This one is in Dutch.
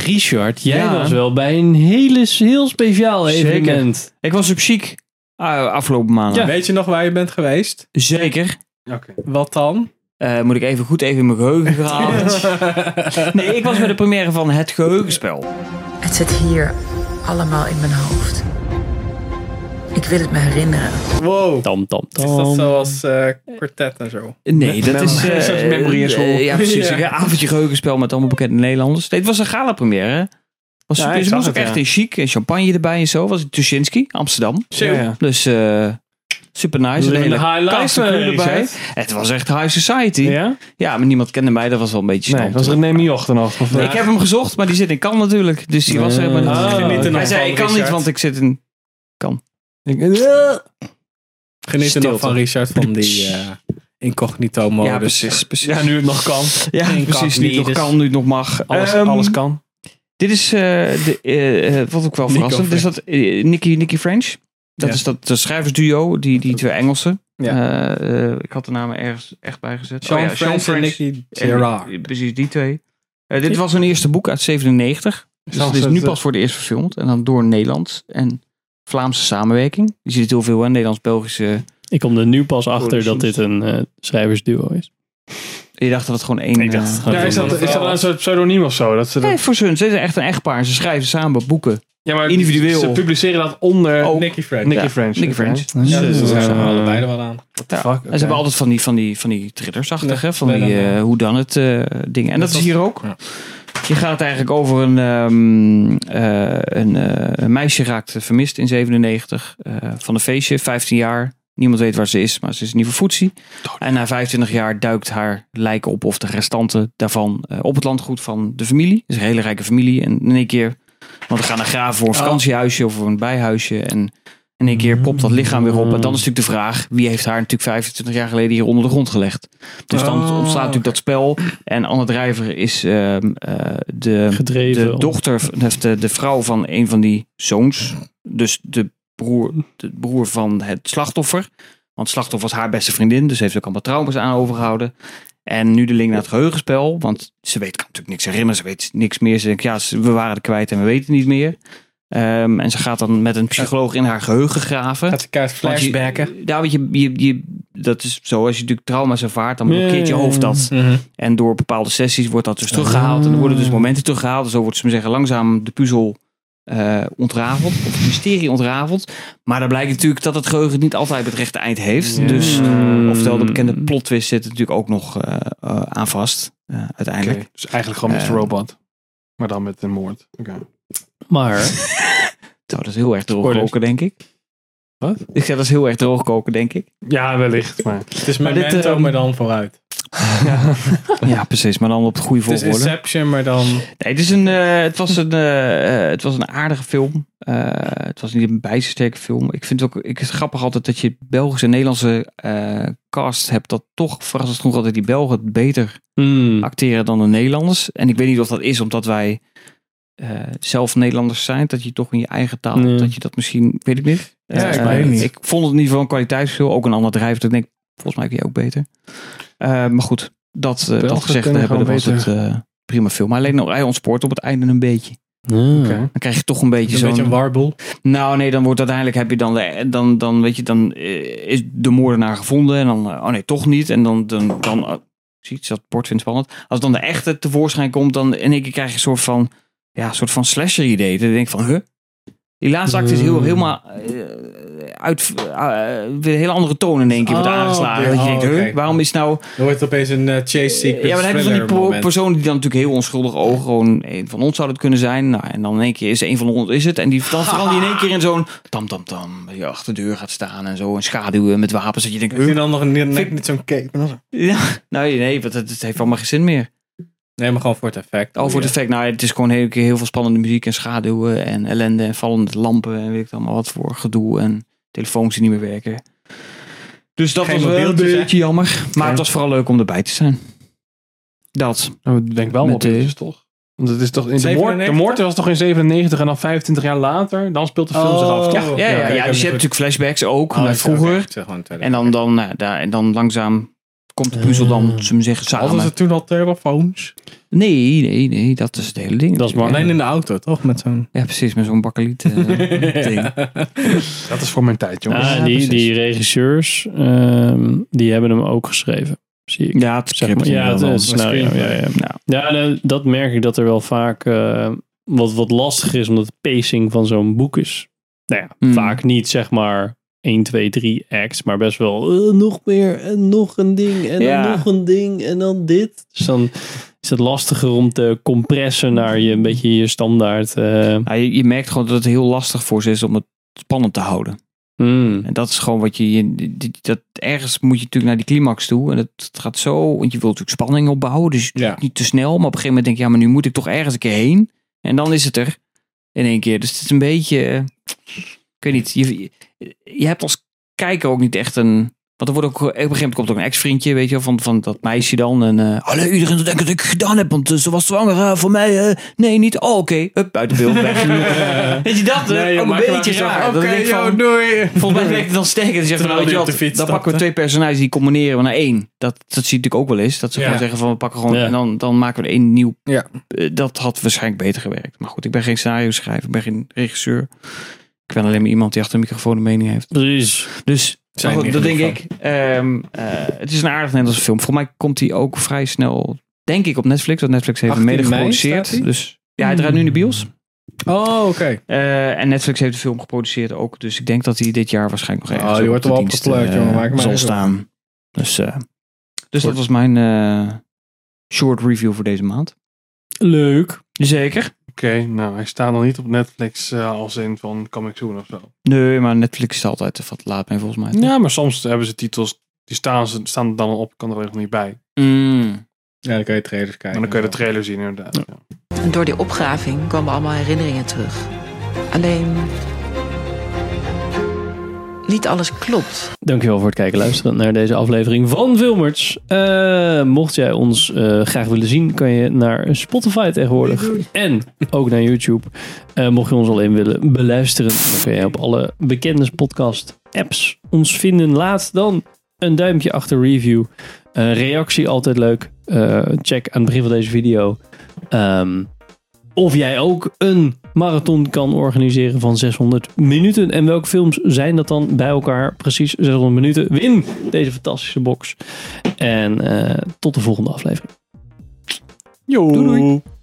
Richard, jij was wel bij een heel speciaal evenement. Zeker. Ik was op Chic afgelopen maanden. Ja. Weet je nog waar je bent geweest? Zeker. Okay. Wat dan? Moet ik even in mijn geheugen verhalen. Nee, ik was bij de première van Het Geheugenspel. Het zit hier allemaal in mijn hoofd. Ik wil het me herinneren. Wow. Tam. Is dat zoals kwartet en zo? Nee, dat is... Memory is vol. Ja, precies. Een avondje geheugenspel met allemaal bekende Nederlanders. Nee, het was een gala-première. Ze moest ook echt in Chic en champagne erbij en zo. Was het Tuschinski, Amsterdam. Ja. Dus super nice. De hele high life erbij. Het was echt high society. Ja? Ja, maar niemand kende mij. Dat was wel een beetje Nee, snel. was René Mioch dan nog? Ik heb hem gezocht, maar die zit in Cannes natuurlijk. Dus die was helemaal niet. Hij zei, ik kan niet, want ik zit in Cannes. Geniet er nog van Richard van die incognito modus. Ja, precies. Ja, nu het nog kan. Ja, precies. Nu het nog kan, nu het nog mag. Alles kan. Dit is wat ook wel verrassend. Dus dat Nicky French. Dat is dat de schrijversduo, die twee Engelsen. Ja. Ik had de namen ergens echt bijgezet. Sean French en Nicky Gerard. Precies, die twee. Dit was hun eerste boek uit 97. Dus het is nu pas voor de eerst verfilmd. En dan door Nederlands en Vlaamse samenwerking. Je ziet het heel veel, Nederlands-Belgische... Ik kom er nu pas achter dat dit een schrijversduo is. Je dacht dat het gewoon één... Is dat een soort pseudoniem of zo? Nee, voor ze zijn echt een echtpaar. Ze schrijven samen boeken. Ja, maar individueel. Ze publiceren dat onder Nicky French. Nicky French. Ja, dus ze zijn er allebei er wel aan. En ze hebben altijd van die thrillersachtige, hoe dan het dingen. En dat is hier ook. Ja. Je gaat eigenlijk over een meisje raakt vermist in 97 van een feestje, 15 jaar. Niemand weet waar ze is, maar ze is niet vervoetsie. En na 25 jaar duikt haar lijk op of de restanten daarvan op het landgoed van de familie. Het is een hele rijke familie. En in één keer, want we gaan naar graven voor een vakantiehuisje of voor een bijhuisje. En in één keer popt dat lichaam weer op. En dan is natuurlijk de vraag, wie heeft haar natuurlijk 25 jaar geleden hier onder de grond gelegd? Dus dan ontstaat natuurlijk dat spel. En Anne Drijver is de dochter, de vrouw van een van die zoons. Dus de broer van het slachtoffer. Want het slachtoffer was haar beste vriendin. Dus heeft ook allemaal trauma's aan overgehouden. En nu de link naar het geheugenspel. Want ze weet, kan natuurlijk niks herinneren. Ze weet niks meer. Ze denkt, ja, we waren er kwijt en we weten niet meer. En ze gaat dan met een psycholoog in haar geheugen graven. Gaat ze kaart flashbacken? Ja, want dat is zo. Als je natuurlijk trauma's ervaart, dan blokkeert je hoofd dat. En door bepaalde sessies wordt dat dus teruggehaald. En er worden dus momenten teruggehaald. Zo wordt, ze zeggen, langzaam de puzzel ontrafeld. Of het mysterie ontrafeld. Maar dan blijkt natuurlijk dat het geheugen niet altijd het rechte eind heeft. Dus, oftewel de bekende plot twist zit er natuurlijk ook nog aan vast. Uiteindelijk. Okay. Dus eigenlijk gewoon Mr. Robot. Maar dan met een moord. Okay. Maar... dat is heel erg droogkoken, denk ik. Wat? Ik zeg, dat is heel erg droogkoken, denk ik. Ja, wellicht. Maar... Het is Memento, maar dan vooruit. Ja, precies, maar dan op het goede volgorde. Het is Inception, maar dan... Nee, het was een aardige film. Het was niet een bijsterke film. Ik vind het ook grappig altijd dat je Belgische en Nederlandse cast hebt, dat toch verrassend genoeg altijd die Belgen het beter acteren dan de Nederlanders. En ik weet niet of dat is omdat wij zelf Nederlanders zijn, dat je toch in je eigen taal, dat je dat misschien, weet ik niet. Ja, ik weet niet. Ik vond het in ieder geval een kwaliteitsverschil. Ook een ander drijf. Dat ik denk, volgens mij kun je ook beter. Maar goed, dat gezegd hebben, dan was het prima film. Maar alleen hij ontspoort op het einde een beetje. Okay. Dan krijg je toch een beetje zo'n... Een beetje een warboel. Nou nee, dan wordt uiteindelijk heb je dan weet je, dan is de moordenaar gevonden. En dan, oh nee, toch niet. En dan zie je, dat bord vindt spannend. Als dan de echte tevoorschijn komt, dan in één keer krijg je een soort van slasher idee. Dan denk ik van, die laatste acte is helemaal weer een hele andere toon in één keer wordt aangeslagen. Dat je denkt, waarom is nou... Dan wordt het opeens een chase sequence. Ja, maar dan heb je van die persoon die dan natuurlijk heel onschuldig oog, gewoon een van ons zou het kunnen zijn. Nou, en dan in één keer is een van ons is het. En dan verandert die in één keer in zo'n tam, je achterdeur gaat staan en zo. En schaduwen met wapens. Dat je denkt, en dan nog niet zo'n cape. Ja, nee, het heeft allemaal geen zin meer. Nee, maar gewoon voor het effect. Voor het effect. Nou, het is gewoon heel veel spannende muziek en schaduwen en ellende en vallende lampen en weet ik allemaal wat voor gedoe en telefoons die niet meer werken. Dus dat was wel een beetje jammer. Maar het was vooral leuk om erbij te zijn. Dat. Ik denk wel mobieltjes, toch? Want het is toch de moord was toch in 97 en dan 25 jaar later, dan speelt de film zich af. Toch? Ja, dus je hebt natuurlijk flashbacks ook naar vroeger. En dan langzaam komt de puzzel dan, zullen we zeggen, samen. Hadden ze toen al telefoons? Nee, dat is het hele ding. Dat is maar alleen in de auto, toch? Met zo'n... Ja, precies, met zo'n bakkeliet ding. Dat is voor mijn tijd, jongens. Ja, die regisseurs, die hebben hem ook geschreven. Zie ik. Ja, het script. Dat merk ik dat er wel vaak wat lastig is, omdat de pacing van zo'n boek is. Nou ja, vaak niet zeg maar 1, 2, 3 acts, maar best wel nog meer en nog een ding en dan nog een ding en dan dit. Dus dan is het lastiger om te compressen naar een beetje je standaard. Je merkt gewoon dat het heel lastig voor ze is om het spannend te houden. En dat is gewoon wat ergens moet je natuurlijk naar die climax toe. En het gaat zo, want je wilt natuurlijk spanning opbouwen. Dus niet te snel. Maar op een gegeven moment denk je, ja, maar nu moet ik toch ergens een keer heen. En dan is het er in één keer. Dus het is een beetje, ik weet niet. Je hebt als kijker ook niet echt een... Want er wordt ook, op een gegeven moment komt ook een ex-vriendje, weet je wel, van dat meisje dan. En iedereen denkt dat ik het gedaan heb, want ze was zwanger voor mij. Nee, niet. Oh, oké. Buiten beeld. Weet je dat? Nee, ook een beetje raar. Oké, doei. Volgens mij werkt het dan sterker. Dan zeggen dan pakken we 2 personages die combineren we naar 1. Dat zie je natuurlijk ook wel eens. Dat ze gewoon zeggen van we pakken gewoon en dan maken we er 1 nieuw. Ja. Dat had waarschijnlijk beter gewerkt. Maar goed, ik ben geen scenario schrijver. Ik ben geen regisseur. Ik ben alleen maar iemand die achter de microfoon een mening heeft. Precies. Dus dat denk ik. Het is een aardig Nederlandse film. Volgens mij komt hij ook vrij snel, denk ik, op Netflix. Want Netflix heeft hem mede geproduceerd. Dus ja, hij draait nu in de bios. Oh, oké. En Netflix heeft de film geproduceerd ook. Dus ik denk dat hij dit jaar waarschijnlijk nog ergens die wordt wel opgeplukt, jongen. Zal staan. Dus dat was mijn short review voor deze maand. Leuk. Zeker. Oké, nou, hij staat nog niet op Netflix als in van coming soon of zo. Nee, maar Netflix is altijd wat laat mee volgens mij. Ja, maar soms hebben ze titels, die staan er dan al op, kan er nog niet bij. Ja, dan kan je trailers kijken. En dan kun je de trailer zien inderdaad. Ja. En door die opgraving komen allemaal herinneringen terug. Alleen... niet alles klopt. Dankjewel voor het kijken en luisteren naar deze aflevering van Filmers. Mocht jij ons graag willen zien, kan je naar Spotify tegenwoordig. En ook naar YouTube. Mocht je ons alleen willen beluisteren, dan kun je op alle bekende podcast apps ons vinden. Laat dan een duimpje achter review. Reactie altijd leuk. Check aan het begin van deze video. Of jij ook een marathon kan organiseren van 600 minuten. En welke films zijn dat dan bij elkaar? Precies 600 minuten. Win deze fantastische box. En tot de volgende aflevering. Doei.